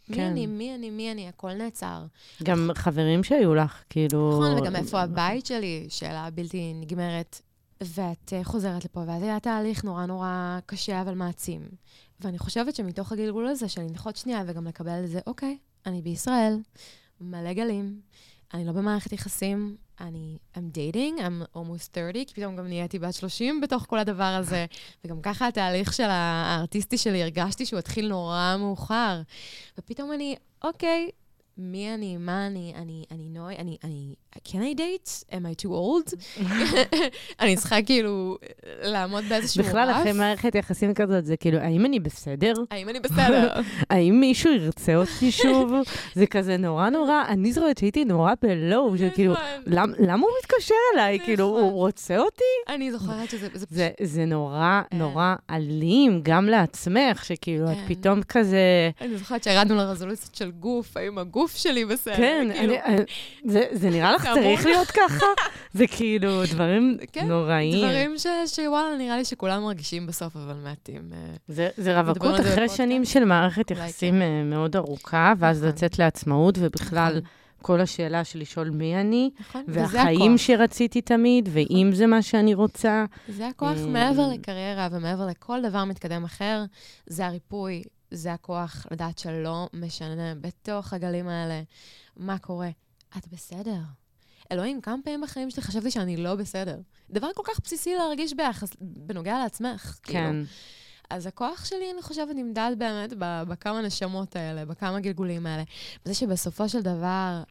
מי אני? הכל נעצר. גם חברים שהיו לך, כאילו... נכון, וגם איפה הבית שלי, שאלה בלתי נגמרת. ואת חוזרת לפה, ואז היה תהליך נורא נורא קשה, אבל מעצים. ואני חושבת שמתוך הגלגול הזה, של לנחות שנייה וגם לקבל את זה, אוקיי, אני בישראל, מלא גלים, אני לא במערכת יחסים, I'm dating, I'm almost 30, כי פתאום גם נהייתי בת 30 בתוך כל הדבר הזה. וגם ככה התהליך של הארטיסטי שלי, הרגשתי שהוא התחיל נורא מאוחר. ופתאום אני, אוקיי, מי אני, מה אני נוי, can I date? Am I too old? אני צריכה כאילו לעמוד באיזשהו רף. בכלל, אחרי מערכת יחסים כזאת, זה כאילו, האם אני בסדר? האם אני בסדר? האם מישהו ירצה אותי שוב? זה כזה נורא נורא, אני זוכרת שהייתי נורא בלואו, שכאילו, למה הוא מתקשר אליי? כאילו, הוא רוצה אותי? אני זוכרת שזה... זה נורא נורא אלים, גם לעצמך, שכאילו, את פתאום כזה... אני זוכרת שירדנו לרזולוציות של גוף, האם הגוף שלי בסדר? כן, זה נראה לך צריך להיות ככה? זה כאילו דברים נוראים. דברים שוואלה, נראה לי שכולם מרגישים בסוף, אבל מעטים. זה רווקות אחרי שנים של מערכת יחסים מאוד ארוכה, ואז לצאת לעצמאות, ובכלל כל השאלה של לשאול מי אני, והחיים שרציתי תמיד, ואם זה מה שאני רוצה. זה הכוח מעבר לקריירה, ומעבר לכל דבר מתקדם אחר, זה הריפוי, זה הכוח לדעת שלא משנה בתוך הגלים האלה. מה קורה? את בסדר. אלוהים, כמה פעמים בחיים שלי חשבתי שאני לא בסדר. דבר כל כך בסיסי להרגיש בנוגע לעצמך. כן. כאילו. אז הכוח שלי, אני חושבת, נמדד באמת בכמה נשמות האלה, בכמה גלגולים האלה. וזה שבסופו של דבר...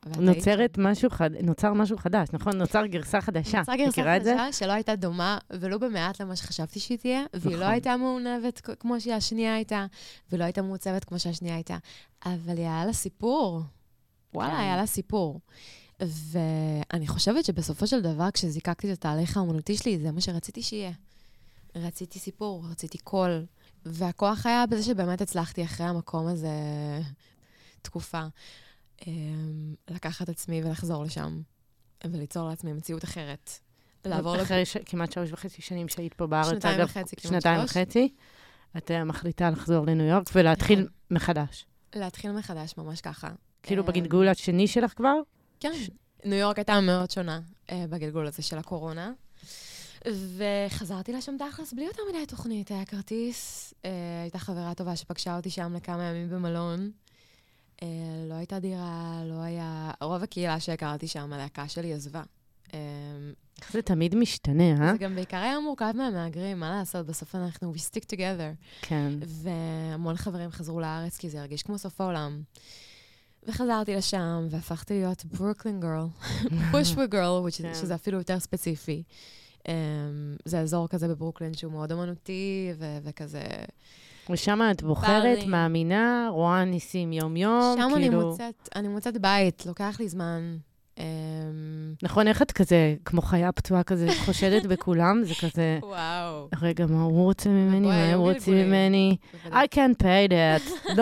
נוצר משהו חדש, נכון? נוצר גרסה חדשה. נוצר גרסה חדשה שלא הייתה דומה, ולא במעט למה שחשבתי שהיא תהיה, והיא לא הייתה מעונבת כמו שהשנייה הייתה, ולא הייתה מעוצבת כמו שהשנייה הייתה. אבל היה לה סיפור. וואלה, היה לה סיפור. ואני חושבת שבסופו של דבר, כשזיקקתי את התהליך האמנותי שלי, זה מה שרציתי שיהיה. רציתי סיפור, רציתי קול. והכוח היה בזה שבאמת הצלחתי אחרי המקום הזה תקופה, לקחת עצמי ולחזור לשם, וליצור לעצמי מציאות אחרת. לעבור אחרי כמעט 3.5 שנים שהיית פה בארץ, שנתיים אגב, וחצי, כמעט 2.5 שנים, את מחליטה לחזור לניו יורק ולהתחיל מחדש. להתחיל מחדש, ממש ככה. כאילו בגלגול השני שלך כבר? כן. ניו יורק הייתה מאוד שונה בגלגול הזה של הקורונה. וחזרתי לשם תכלס בלי יותר מדי תוכנית. היה כרטיס, הייתה חברה טובה שפגשה אותי שם לכמה ימים במלון. לא הייתה דירה, לא היה... רוב הקהילה שהכרתי שם, הלהקה שלי עזבה. זה תמיד משתנה, זה גם בעיקר היה מורכב מהמהגרים, מה לעשות? בסוף אנחנו, we stick together. כן. והמון חברים חזרו לארץ, כי זה הרגיש כמו סוף העולם. וחזרתי לשם, והפכתי להיות ברוקלין גרל, בושווה גרל, שזה אפילו יותר ספציפי. זה אזור כזה בברוקלין שהוא מאוד אמנותי, וכזה... ושם את בוחרת, מאמינה, רואה ניסים יום-יום, שם אני מוצאת בית, לוקח לי זמן. נכון, איך את כזה, כמו חיה פצועה כזה, חושדת בכולם, זה כזה... וואו. רגע, מה הוא רוצה ממני? מה הם רוצים ממני? I can't pay that.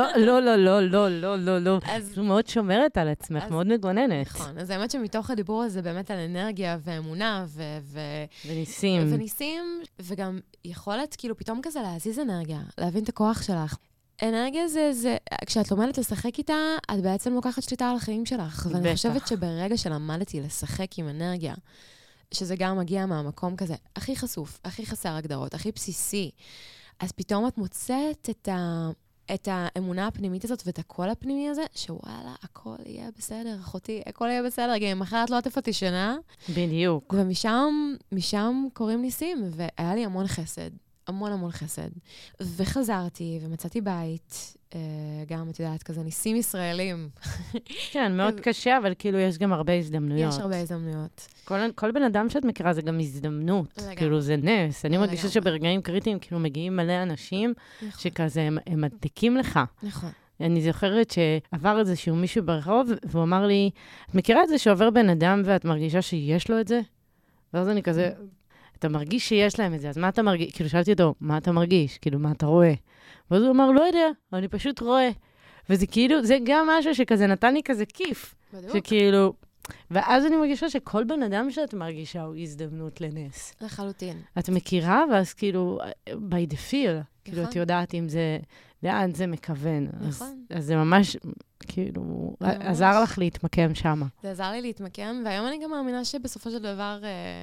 לא. זו מאוד שומרת על עצמך, מאוד מגוננת. נכון, אז האמת שמתוך הדיבור הזה באמת על אנרגיה ואמונה וניסים. וניסים, וגם יכולת כאילו פתאום כזה להזיז אנרגיה, להבין את הכוח שלך. אנרגיה זה, כשאת לומדת לשחק איתה, את בעצם לוקחת שליטה על החיים שלך. ואני חושבת שברגע שלמדתי לשחק עם אנרגיה, שזה גם מגיע מהמקום כזה, הכי חשוף, הכי חסר הגדרות, הכי בסיסי, אז פתאום את מוצאת את האמונה הפנימית הזאת ואת הקול הפנימי הזה, שוואלה, הכל יהיה בסדר, אחותי, הכל יהיה בסדר, גם אחרת לא עטף אותי שנה. בדיוק. ומשם קוראים ניסים, והיה לי המון חסד. המון חסד. וחזרתי ומצאתי בית, גם, את יודעת, כזה ניסים ישראלים. כן, מאוד קשה, אבל כאילו יש גם הרבה הזדמנויות. יש הרבה הזדמנויות. כל בן אדם שאת מכירה זה גם הזדמנות. כאילו זה נס. אני מרגישה שברגעים קריטיים כאילו מגיעים מלא אנשים, שכזה הם מדליקים לך. נכון. אני זוכרת שעבר איזשהו מישהו ברחוב, והוא אמר לי, את מכירה את זה שעובר בן אדם ואת מרגישה שיש לו את זה? ואז אני כזה... אתה מרגיש שיש להם את זה, אז מה אתה מרגיש? כאילו, שאלתי אותו, מה אתה מרגיש? כאילו, מה אתה רואה? ואז הוא אמר, לא יודע, אני פשוט רואה. וזה כאילו, זה גם משהו שכזה נתן לי כזה כיף. בדיוק. שכאילו, ואז אני מרגישה שכל בן אדם שאת מרגישה הוא הזדמנות לנס. לחלוטין. את מכירה, ואז כאילו, by the feel, כאילו, את יודעת אם זה, לאן זה מכוון. נכון. אז זה ממש, כאילו, עזר לך להתמקם שמה. זה עזר לי להתמקם, והיום אני גם מאמינה שבסופו של דבר,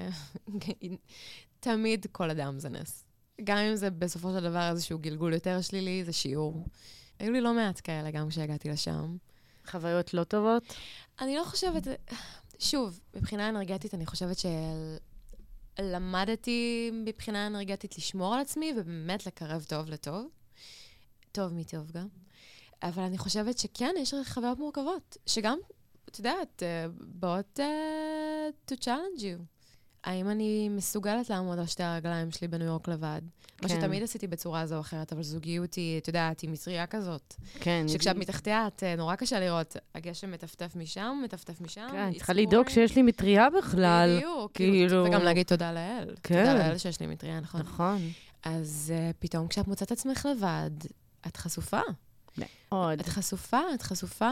תמיד כל אדם זה נס. גם אם זה בסופו של דבר איזשהו גלגול יותר שלילי, זה שיעור. היו לי לא מעט כאלה גם כשהגעתי לשם. חוויות לא טובות? אני לא חושבת, שוב, מבחינה אנרגטית אני חושבת שלמדתי מבחינה אנרגטית לשמור על עצמי, ובאמת לקרב טוב לטוב. טוב מטוב גם. אבל אני חושבת שכן, יש חוויות מורכבות, שגם, את יודעת, באות to challenge you. האם אני מסוגלת לעמוד על שתי הרגליים שלי בניו יורק לבד? מה שתמיד עשיתי בצורה זו או אחרת, אבל זוגיות היא, את יודעת, היא מטריה כזאת. כן. שכשאת מתחתיה, את נורא קשה לראות, הגשם מטפטף משם. כן, צריכה לדאוג שיש לי מטריה בכלל. בדיוק. וגם להגיד תודה לאל. כן. תודה לאל שיש לי מטריה, נכון? נכון. אז פתאום כשאת מוצאת עצמך לבד, את חשופה. מאוד. את חשופה,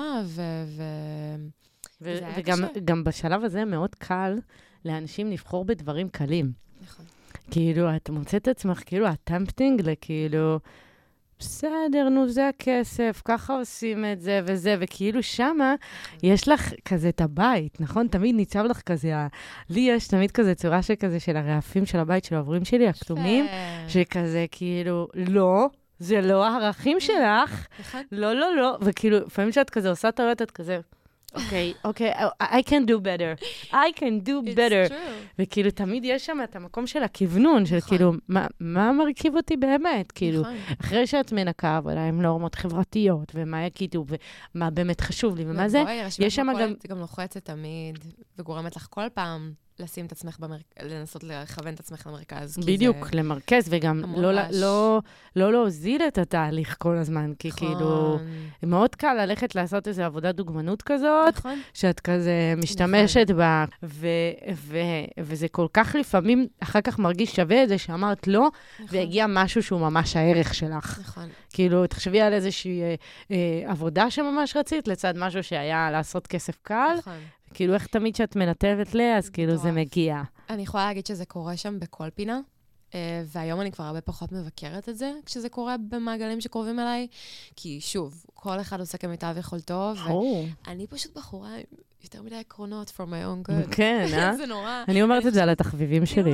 וגם בשלב הזה מאוד קל לאנשים לבחור בדברים קלים. נכון. כאילו, את מוצאת עצמך, כאילו, הטמפטינג לכאילו, בסדר, נו, זה הכסף, ככה עושים את זה וזה, וכאילו שמה יש לך כזה את הבית, נכון? תמיד ניצב לך כזה, לי יש תמיד כזה צורה שכזה של הרעפים של הבית של העוברים שלי, הכתומים, שכזה כאילו, לא, זה לא הערכים שלך, לא, וכאילו, לפעמים שאת כזה עושה טעויות, את כזה, אוקיי, I can do better. וכאילו, תמיד יש שם את המקום של הכוונון, של כאילו, מה מרכיב אותי באמת? כאילו, אחרי שאת מנקה, אבל עם נורמות חברתיות, ומה יגידו, ומה באמת חשוב לי, ומה זה, יש שם גם... זה גם לוחצת תמיד, וגורמת לך כל פעם לשים את עצמך לנסות לכוון את עצמך למרכז. בדיוק, למרכז, וגם לא להוזיל את התהליך כל הזמן, כי כאילו, מאוד קל ללכת לעשות איזו עבודת דוגמנות כזאת, שאת כזה משתמשת בה, וזה כל כך לפעמים, אחר כך מרגיש שווה את זה שאמרת לא, והגיע משהו שהוא ממש הערך שלך. נכון. כאילו, תחשבי על איזושהי עבודה שממש רצית, לצד משהו שהיה לעשות כסף קל, כאילו, איך תמיד שאת מנתבת לה, אז כאילו זה מגיע. אני יכולה להגיד שזה קורה שם בכל פינה, והיום אני כבר הרבה פחות מבקרת את זה, כשזה קורה במעגלים שקרובים אליי, כי שוב, כל אחד עושה כמיטב יכולתו, ואני פשוט בחורה עם יותר מדי עקרונות for my own good. כן, זה נורא. אני אומרת את זה על התחביבים שלי.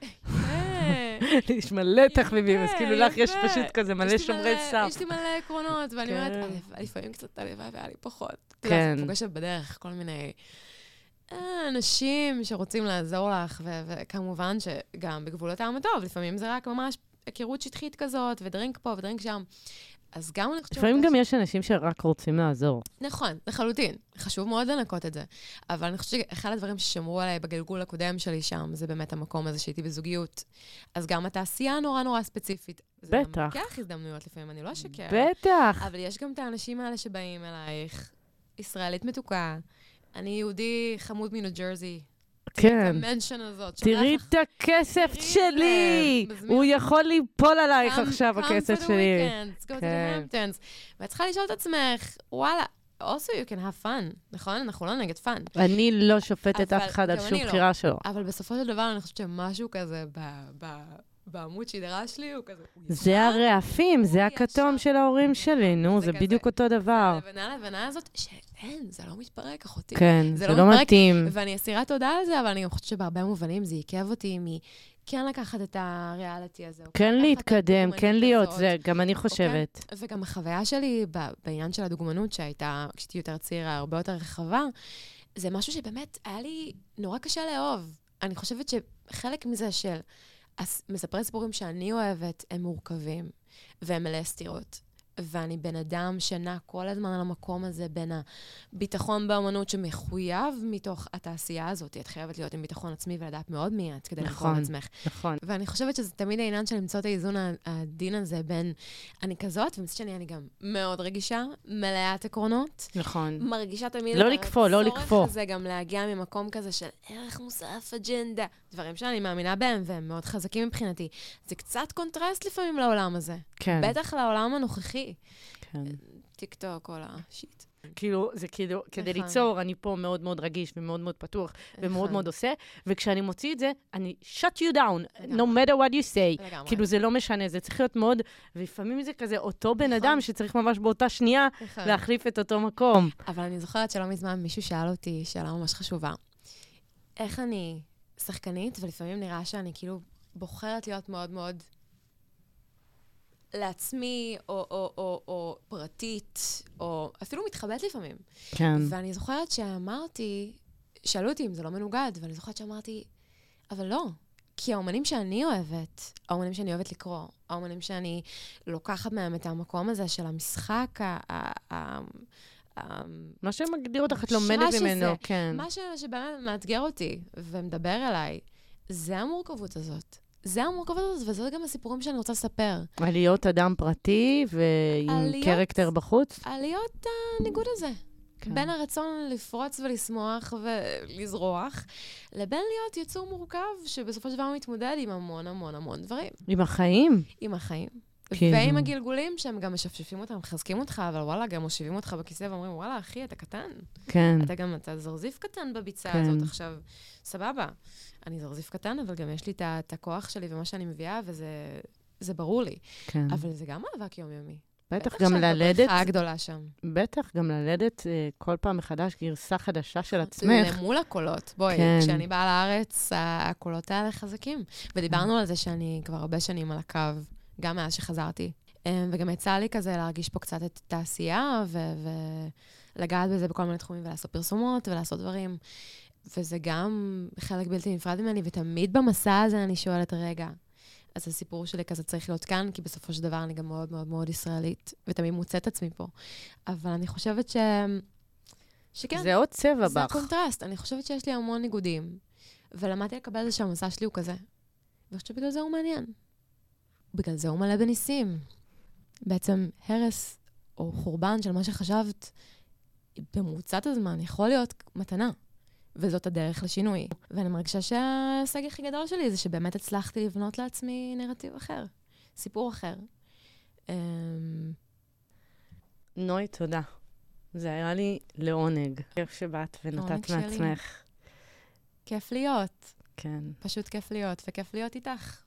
יש מלא תחביבים, אז כאילו לך יש פשוט כזה מלא שומרי סף. יש לי מלא עקרונות, ואני אומרת, לפעמים קצת הלוואי והיה לי פחות. כן. פוגשת בדרך כל מיני אנשים שרוצים לעזור לך, וכמובן שגם בגבולות העם הטוב, לפעמים זה רק ממש היכרות שטחית כזאת, ודרינק פה ודרינק שם. אז גם אני חושבת... לפעמים גם יש אנשים שרק רוצים לעזור. נכון, לחלוטין. חשוב מאוד לנקות את זה. אבל אני חושבת שאחד הדברים ששמרו עליי בגלגול הקודם שלי שם, זה באמת המקום הזה שהייתי בזוגיות. אז גם התעשייה נורא נורא ספציפית. בטח. זה גם לוקח הזדמנויות לפעמים, אני לא אשקר. בטח. אבל יש גם את האנשים האלה שבאים אלייך, ישראלית מתוקה, אני יהודי חמוד מניו ג'רזי. כן. המנשן הזאת. תראי את הכסף שלי! הוא יכול ליפול עלייך עכשיו, הכסף שלי. Come to the weekends, go to the Hamptons. ואת צריכה לשאול את עצמך, וואלה, also you can have fun, נכון? אנחנו לא נגד fun. אני לא שופטת אף אחד על שום בחירה שלו. אבל בסופו של דבר אני חושבת שמשהו כזה בעמוד שדרה שלי הוא כזה... זה הרעפים, זה הכתום של ההורים שלי, נו, זה בדיוק אותו דבר. זה הלבנה הזאת, שאין, זה לא מתפרק, אחותי. כן, זה לא מתאים. ואני אסירה תודה על זה, אבל אני חושבת שבהרבה מובנים זה עיכב אותי כן לקחת את הריאליטי הזה. כן להתקדם, כן להיות, זה גם אני חושבת. וגם החוויה שלי בעניין של הדוגמנות, שהייתה, כשהייתי יותר צעירה, הרבה יותר רחבה, זה משהו שבאמת היה לי נורא קשה לאהוב. אני חושבת שחלק מזה של מספרי סיפורים שאני אוהבת, הם מורכבים, והם מלא סתירות. ואני בן אדם שנע כל הזמן על המקום הזה, בין הביטחון באמנות שמחויב מתוך התעשייה הזאת. את חייבת להיות עם ביטחון עצמי ולדעת מאוד מי את, כדי לקרוא על עצמך. נכון. ואני חושבת שזה תמיד העניין של למצוא את האיזון הדין הזה בין אני כזאת, ומצד שני אני גם מאוד רגישה, מלאת עקרונות. נכון. מרגישה תמיד לא לקפוא, לא לקפוא. הצורך הזה גם להגיע ממקום כזה של ערך מוסף, אג'נדה. דברים שאני מאמינה בהם, והם מאוד חזקים מבחינתי. זה קצת קונטרסט לפעמים לעולם הזה. כן. בטח לעולם הנוכחי. כן. טיק טוק, כל השיט. כאילו, זה כאילו, כדי ליצור, אני פה מאוד מאוד רגיש ומאוד מאוד פתוח ומאוד מאוד עושה, וכשאני מוציא את זה, אני shut you down, no matter what you say. כאילו, זה לא משנה, זה צריך להיות מאוד, ולפעמים זה כזה אותו בן אדם שצריך ממש באותה שנייה להחליף את אותו מקום. אבל אני זוכרת שלא מזמן מישהו שאל אותי שאלה ממש חשובה. איך אני שחקנית, ולפעמים נראה שאני כאילו בוחרת להיות מאוד מאוד לעצמי, או פרטית, או אפילו מתחבאת לפעמים. כן. ואני זוכרת שאמרתי, שאלו אותי אם זה לא מנוגד, ואני זוכרת שאמרתי, אבל לא. כי האומנים שאני אוהבת, האומנים שאני אוהבת לקרוא, האומנים שאני לוקחת מהם את המקום הזה של המשחק, מה שמגדיר אותך, את לומדת ממנו, כן. מה שבאמת מאתגר אותי ומדבר אליי, זה המורכבות הזאת. זה המורכבות הזאת, וזה גם הסיפורים שאני רוצה לספר. להיות אדם פרטי ועם קרקטר בחוץ? להיות הניגוד הזה. כן. בין הרצון לפרוץ ולשמוח ולזרוח, לבין להיות יצור מורכב, שבסופו של דבר מתמודד עם המון המון המון דברים. עם החיים. עם החיים. ועם הגלגולים שהם גם משפשפים אותם, מחזקים אותך, אבל וואלה, גם מושיבים אותך בכיסא ואומרים, וואלה, אחי, אתה קטן. כן. אתה זרזיף קטן בביצה הזאת עכשיו. סבבה. אני זרזיף קטן, אבל גם יש לי את הכוח שלי ומה שאני מביאה, וזה ברור לי. כן. אבל זה גם מאבק יומיומי. בטח גם ללדת... בבריכה הגדולה שם. בטח גם ללדת כל פעם מחדש גרסה חדשה של עצמך. למול הקולות. בואי, כשאני באה לארץ, הקולות האלה חזקים. ודיברנו על זה שאני כבר הרבה שנים על הקו, גם מאז שחזרתי. וגם יצא לי כזה להרגיש פה קצת את התעשייה, ולגעת בזה בכל מיני תחומים, ולעשות פרסומות, ולעשות דברים. וזה גם חלק בלתי נפרד ממני, ותמיד במסע הזה אני שואלת, רגע, אז הסיפור שלי כזה צריך להיות כאן, כי בסופו של דבר אני גם מאוד מאוד מאוד ישראלית, ותמיד מוצאת עצמי פה. אבל אני חושבת שכן. זה עוד צבע בך. זה הקונטרסט. אני חושבת שיש לי המון ניגודים, ולמדתי לקבל את זה שהמסע שלי הוא כזה. ואני חושבת שבגלל זה הוא מעניין. בגלל זה הוא מלא בניסים. בעצם הרס או חורבן של מה שחשבת, במרוצת הזמן יכול להיות מתנה. וזאת הדרך לשינוי. ואני מרגישה שההישג הכי גדול שלי זה שבאמת הצלחתי לבנות לעצמי נרטיב אחר, סיפור אחר. נוי, תודה. זה היה לי לעונג. כיף שבאת ונתת מעצמך. כיף להיות. כן. פשוט כיף להיות, וכיף להיות איתך.